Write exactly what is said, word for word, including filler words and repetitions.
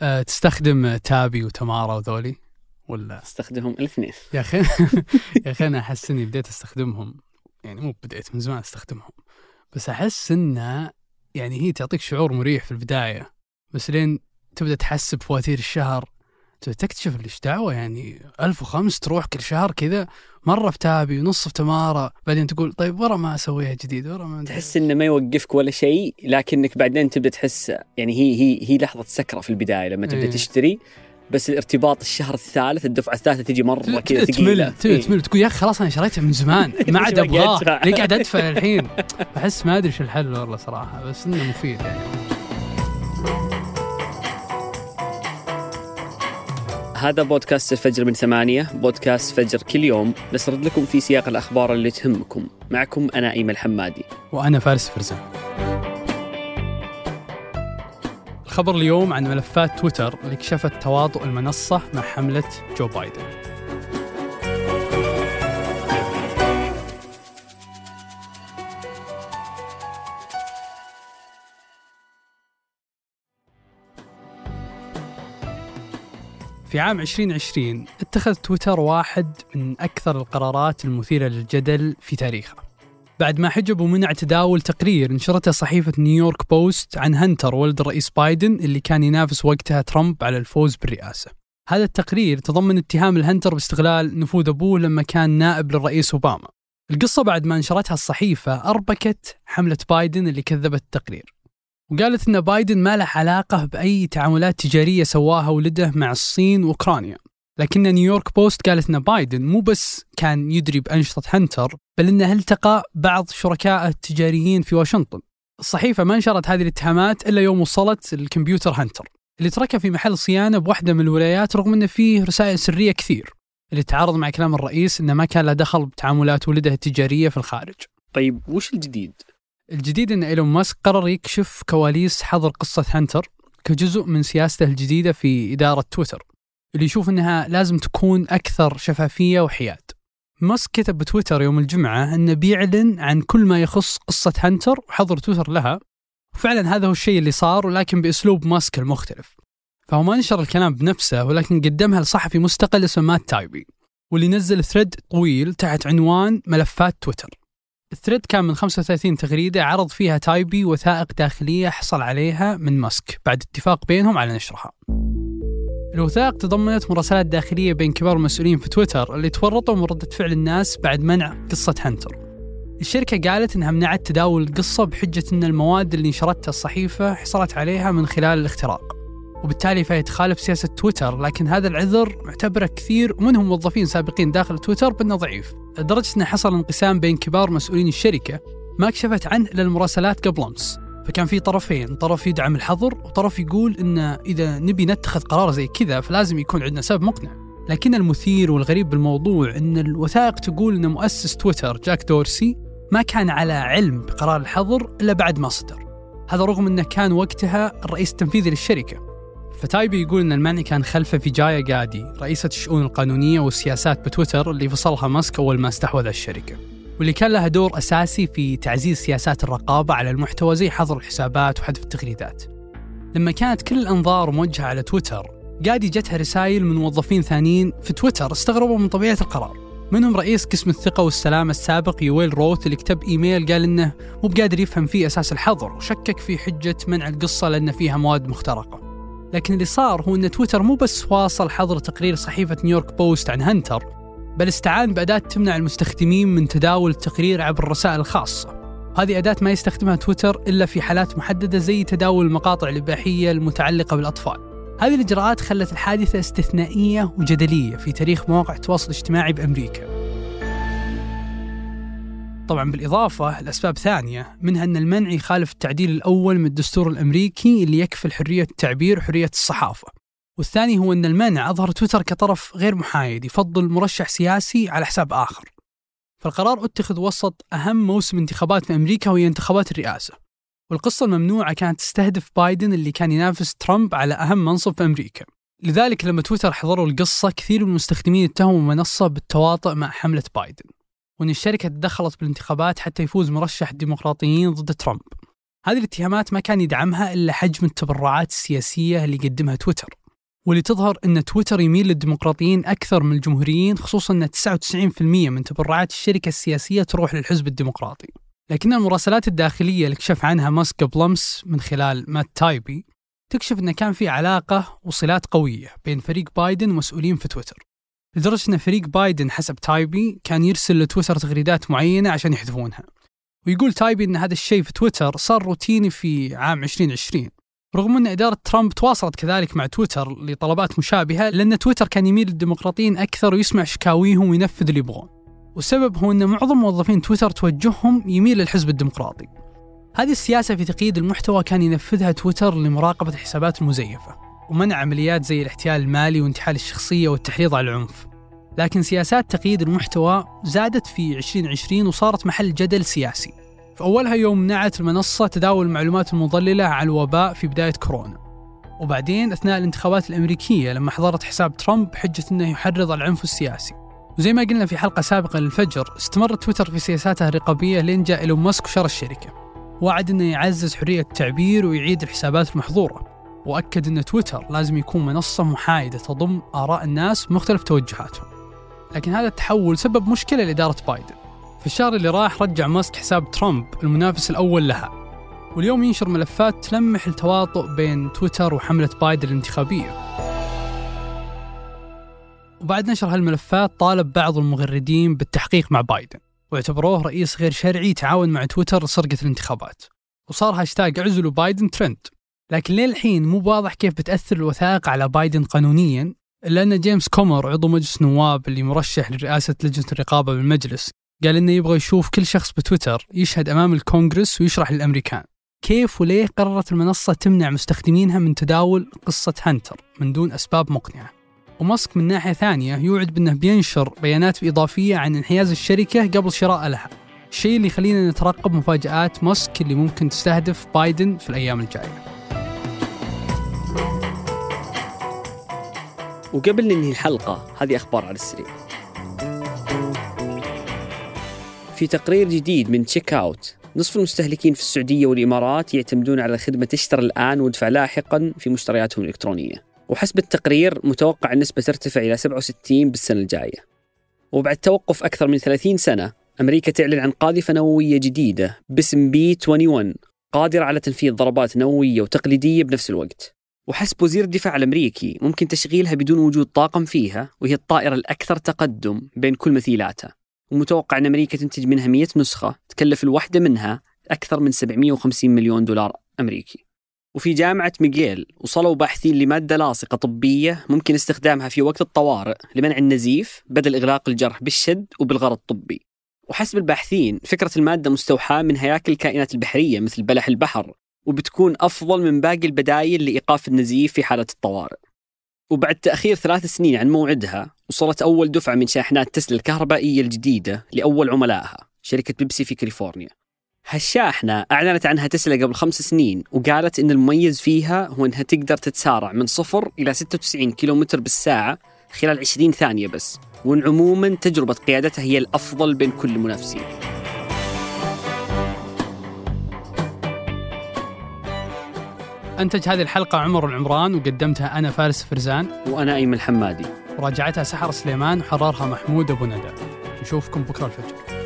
أه تستخدم تابي وتمارا وذولي ولا استخدمهم الاثنين يا أخي؟ يا أخي أنا أحس إني بديت أستخدمهم، يعني مو بديت من زمان أستخدمهم، بس أحس إنها يعني هي تعطيك شعور مريح في البداية، بس لين تبدأ تحسب فواتير الشهر تكتشف اللي دعوة يعني ألف وخمس تروح كل شهر كذا، مرة في تابي ونص في تمارا، بعدين تقول طيب ورا ما أسويها جديد، ورا ما تحس إنه ما يوقفك ولا شيء، لكنك بعدين تبدأ تحس يعني هي هي هي لحظة سكرة في البداية لما تبدأ إيه. تشتري، بس الارتباط الشهر الثالث الدفعة الثالثة تجي مرة كذا ثقيلة، تمل تمل تقول يا أخي خلاص أنا شريتها من زمان ما عاد أبغاه، ليه قاعد أدفع الحين؟ بحس ما أدري شو الحل والله صراحة، بس إنه مفيد يعني. هذا بودكاست الفجر من ثمانية، بودكاست فجر كل يوم نسرد لكم في سياق الأخبار اللي تهمكم. معكم أنا أيمن الحمادي وأنا فارس فرزان. الخبر اليوم عن ملفات تويتر اللي كشفت تواطؤ المنصة مع حملة جو بايدن. في عام عشرين عشرين اتخذ تويتر واحد من أكثر القرارات المثيرة للجدل في تاريخه، بعد ما حجب ومنع تداول تقرير نشرته صحيفة نيويورك بوست عن هنتر ولد الرئيس بايدن اللي كان ينافس وقتها ترامب على الفوز بالرئاسة. هذا التقرير تضمن اتهام الهنتر باستغلال نفوذ أبوه لما كان نائب للرئيس أوباما. القصة بعد ما نشرتها الصحيفة أربكت حملة بايدن اللي كذبت التقرير، وقالت إن بايدن ما له علاقة بأي تعاملات تجارية سواها ولده مع الصين وأوكرانيا. لكن نيويورك بوست قالت إن بايدن مو بس كان يدري بأنشطة هنتر، بل إنه التقى بعض شركائه التجاريين في واشنطن. الصحيفة ما نشرت هذه الاتهامات إلا يوم وصلت الكمبيوتر هنتر اللي تركه في محل صيانة بواحدة من الولايات، رغم إنه فيه رسائل سرية كثير اللي تعارض مع كلام الرئيس إنه ما كان له دخل بتعاملات ولده التجارية في الخارج. طيب وش الجديد؟ الجديد إن إيلون ماسك قرر يكشف كواليس حظر قصة هنتر كجزء من سياسته الجديدة في إدارة تويتر، اللي يشوف أنها لازم تكون أكثر شفافية وحياد. ماسك كتب بتويتر يوم الجمعة أنه بيعلن عن كل ما يخص قصة هنتر وحظر تويتر لها، وفعلا هذا هو الشيء اللي صار، ولكن بأسلوب ماسك المختلف. فهو ما نشر الكلام بنفسه، ولكن قدمها لصحفي مستقل اسمه مات تايبي، واللي نزل ثريد طويل تحت عنوان ملفات تويتر. الثريد كان من خمسة وثلاثين تغريدة عرض فيها تايبي وثائق داخلية حصل عليها من ماسك بعد اتفاق بينهم على نشرها. الوثائق تضمنت مراسلات داخلية بين كبار المسؤولين في تويتر اللي تورطوا من ردة فعل الناس بعد منع قصة هنتر. الشركة قالت إنها منعت تداول القصة بحجة إن المواد اللي نشرتها الصحيفة حصلت عليها من خلال الاختراق، وبالتالي فهي تخالف سياسة تويتر. لكن هذا العذر معتبره كثير ومنهم موظفين سابقين داخل تويتر بأنه ضعيف، لدرجة أنه حصل انقسام بين كبار مسؤولين الشركة ما كشفت عنه إلا المراسلات قبل أمس. فكان في طرفين، طرف يدعم الحظر وطرف يقول إن إذا نبي نتخذ قرار زي كذا فلازم يكون عندنا سبب مقنع. لكن المثير والغريب بالموضوع إن الوثائق تقول إن مؤسس تويتر جاك دورسي ما كان على علم بقرار الحظر إلا بعد ما صدر، هذا رغم أنه كان وقتها الرئيس التنفيذي للشركة. فتايبي يقول إن المعني كان خلفه في جايا قادي، رئيسة الشؤون القانونية والسياسات بتويتر اللي فصلها ماسك أول ما استحوذ على الشركة، واللي كان لها دور أساسي في تعزيز سياسات الرقابة على المحتوى زي حظر الحسابات وحذف التغريدات. لما كانت كل الأنظار موجهة على تويتر، قادي جتها رسائل من موظفين ثانيين في تويتر استغربوا من طبيعة القرار، منهم رئيس قسم الثقة والسلامة السابق يويل روث اللي كتب إيميل قال إنه مو بقادر يفهم فيه أساس الحظر، وشكك في حجة منع القصة لأن فيها مواد مخترقة. لكن اللي صار هو أن تويتر مو بس واصل حظر تقرير صحيفة نيويورك بوست عن هنتر، بل استعان بأداة تمنع المستخدمين من تداول التقرير عبر الرسائل الخاصة. هذه أداة ما يستخدمها تويتر إلا في حالات محددة زي تداول المقاطع الإباحية المتعلقة بالأطفال. هذه الإجراءات خلت الحادثة استثنائية وجدلية في تاريخ مواقع التواصل الاجتماعي بأمريكا. طبعا بالإضافة لأسباب ثانية، منها أن المنع يخالف التعديل الأول من الدستور الأمريكي اللي يكفل حرية التعبير وحرية الصحافة، والثاني هو أن المنع أظهر تويتر كطرف غير محايد يفضل مرشح سياسي على حساب آخر. فالقرار اتخذ وسط أهم موسم انتخابات في أمريكا وهي انتخابات الرئاسة، والقصة الممنوعة كانت تستهدف بايدن اللي كان ينافس ترامب على أهم منصب في أمريكا. لذلك لما تويتر حضروا القصة كثير من المستخدمين اتهموا المنصة بالتواطؤ مع حملة بايدن، وأن الشركة تدخلت بالانتخابات حتى يفوز مرشح الديمقراطيين ضد ترامب. هذه الاتهامات ما كان يدعمها إلا حجم التبرعات السياسية اللي يقدمها تويتر، واللي تظهر أن تويتر يميل للديمقراطيين أكثر من الجمهوريين، خصوصاً أن تسعة وتسعين بالمئة من تبرعات الشركة السياسية تروح للحزب الديمقراطي. لكن المراسلات الداخلية اللي كشف عنها ماسك قبل أمس من خلال مات تايبي تكشف أن كان في علاقة وصلات قوية بين فريق بايدن ومسؤولين في تويتر، لدرجة أن فريق بايدن حسب تايبي كان يرسل لتويتر تغريدات معينة عشان يحذفونها. ويقول تايبي أن هذا الشيء في تويتر صار روتيني في عام عشرين عشرين، رغم أن إدارة ترامب تواصلت كذلك مع تويتر لطلبات مشابهة، لأن تويتر كان يميل للديمقراطيين أكثر ويسمع شكاويهم وينفذ اللي يبغون. والسبب هو أن معظم موظفين تويتر توجههم يميل للحزب الديمقراطي. هذه السياسة في تقييد المحتوى كان ينفذها تويتر لمراقبة الحسابات المزيفة ومنع عمليات زي الاحتيال المالي وانتحال الشخصية والتحريض على العنف. لكن سياسات تقييد المحتوى زادت في عشرين عشرين وصارت محل جدل سياسي. في أولها يوم منعت المنصة تداول المعلومات المضللة على الوباء في بداية كورونا، وبعدين أثناء الانتخابات الأمريكية لما حضرت حساب ترامب بحجة أنه يحرض على العنف السياسي. وزي ما قلنا في حلقة سابقة للفجر، استمرت تويتر في سياساتها الرقابية لين جاء إيلون ماسك وشرى الشركة، وعد أنه يعزز حرية التعبير ويعيد الحسابات المحظورة، وأكد أن تويتر لازم يكون منصة محايدة تضم آراء الناس بمختلف توجهاتهم. لكن هذا التحول سبب مشكلة لإدارة بايدن. في الشهر اللي راح رجع ماسك حساب ترامب المنافس الأول لها، واليوم ينشر ملفات تلمح التواطؤ بين تويتر وحملة بايدن الانتخابية. وبعد نشر هالملفات طالب بعض المغردين بالتحقيق مع بايدن، واعتبروه رئيس غير شرعي تعاون مع تويتر لسرقة الانتخابات، وصار هاشتاج اعزلوا بايدن ترند. لكن لين الحين مو واضح كيف بتأثر الوثائق على بايدن قانونياً، إلا أن جيمس كومر عضو مجلس النواب اللي مرشح لرئاسة لجنة الرقابة بالمجلس قال إنه يبغى يشوف كل شخص بتويتر يشهد أمام الكونغرس ويشرح للأمريكان كيف وليه قررت المنصة تمنع مستخدمينها من تداول قصة هانتر من دون أسباب مقنعة. وماسك من ناحية ثانية يوعد بأنه بينشر بيانات إضافية عن انحياز الشركة قبل شراء لها، الشيء اللي يخلينا نترقب مفاجآت ماسك اللي ممكن تستهدف بايدن في الأيام الجاية. وقبل ننهي الحلقة هذه أخبار على السريع. في تقرير جديد من تشيك أوت، نصف المستهلكين في السعودية والإمارات يعتمدون على خدمة اشتر الآن وادفع لاحقا في مشترياتهم الإلكترونية، وحسب التقرير متوقع النسبة ترتفع إلى سبعة وستين بالسنة الجاية. وبعد توقف أكثر من ثلاثين سنة، أمريكا تعلن عن قاذفة نووية جديدة باسم بي واحد وعشرين قادرة على تنفيذ ضربات نووية وتقليدية بنفس الوقت. وحسب وزير الدفاع الأمريكي ممكن تشغيلها بدون وجود طاقم فيها، وهي الطائرة الأكثر تقدم بين كل مثيلاتها. ومتوقع أن أمريكا تنتج منها مئة نسخة، تكلف الوحدة منها أكثر من سبعمئة وخمسين مليون دولار أمريكي. وفي جامعة ميغيل وصلوا باحثين لمادة لاصقة طبية ممكن استخدامها في وقت الطوارئ لمنع النزيف بدل إغلاق الجرح بالشد وبالغرض الطبي. وحسب الباحثين فكرة المادة مستوحاة من هياكل الكائنات البحرية مثل بلح البحر، وبتكون أفضل من باقي البدائل لإيقاف النزيف في حالة الطوارئ. وبعد تأخير ثلاث سنين عن موعدها، وصلت أول دفعة من شاحنات تسلا الكهربائية الجديدة لأول عملائها شركة بيبسي في كاليفورنيا. هالشاحنة أعلنت عنها تسلا قبل خمس سنين، وقالت إن المميز فيها هو إنها تقدر تتسارع من صفر إلى ستة وتسعين كيلومتر بالساعة خلال عشرين ثانية بس، وإن عموما تجربة قيادتها هي الأفضل بين كل المنافسين. أنتج هذه الحلقة عمر العمران، وقدمتها أنا فارس فرزان، وأنا أيمن الحمادي، وراجعتها سحر سليمان، وحررها محمود أبو ندى. نشوفكم بكرة الفجر.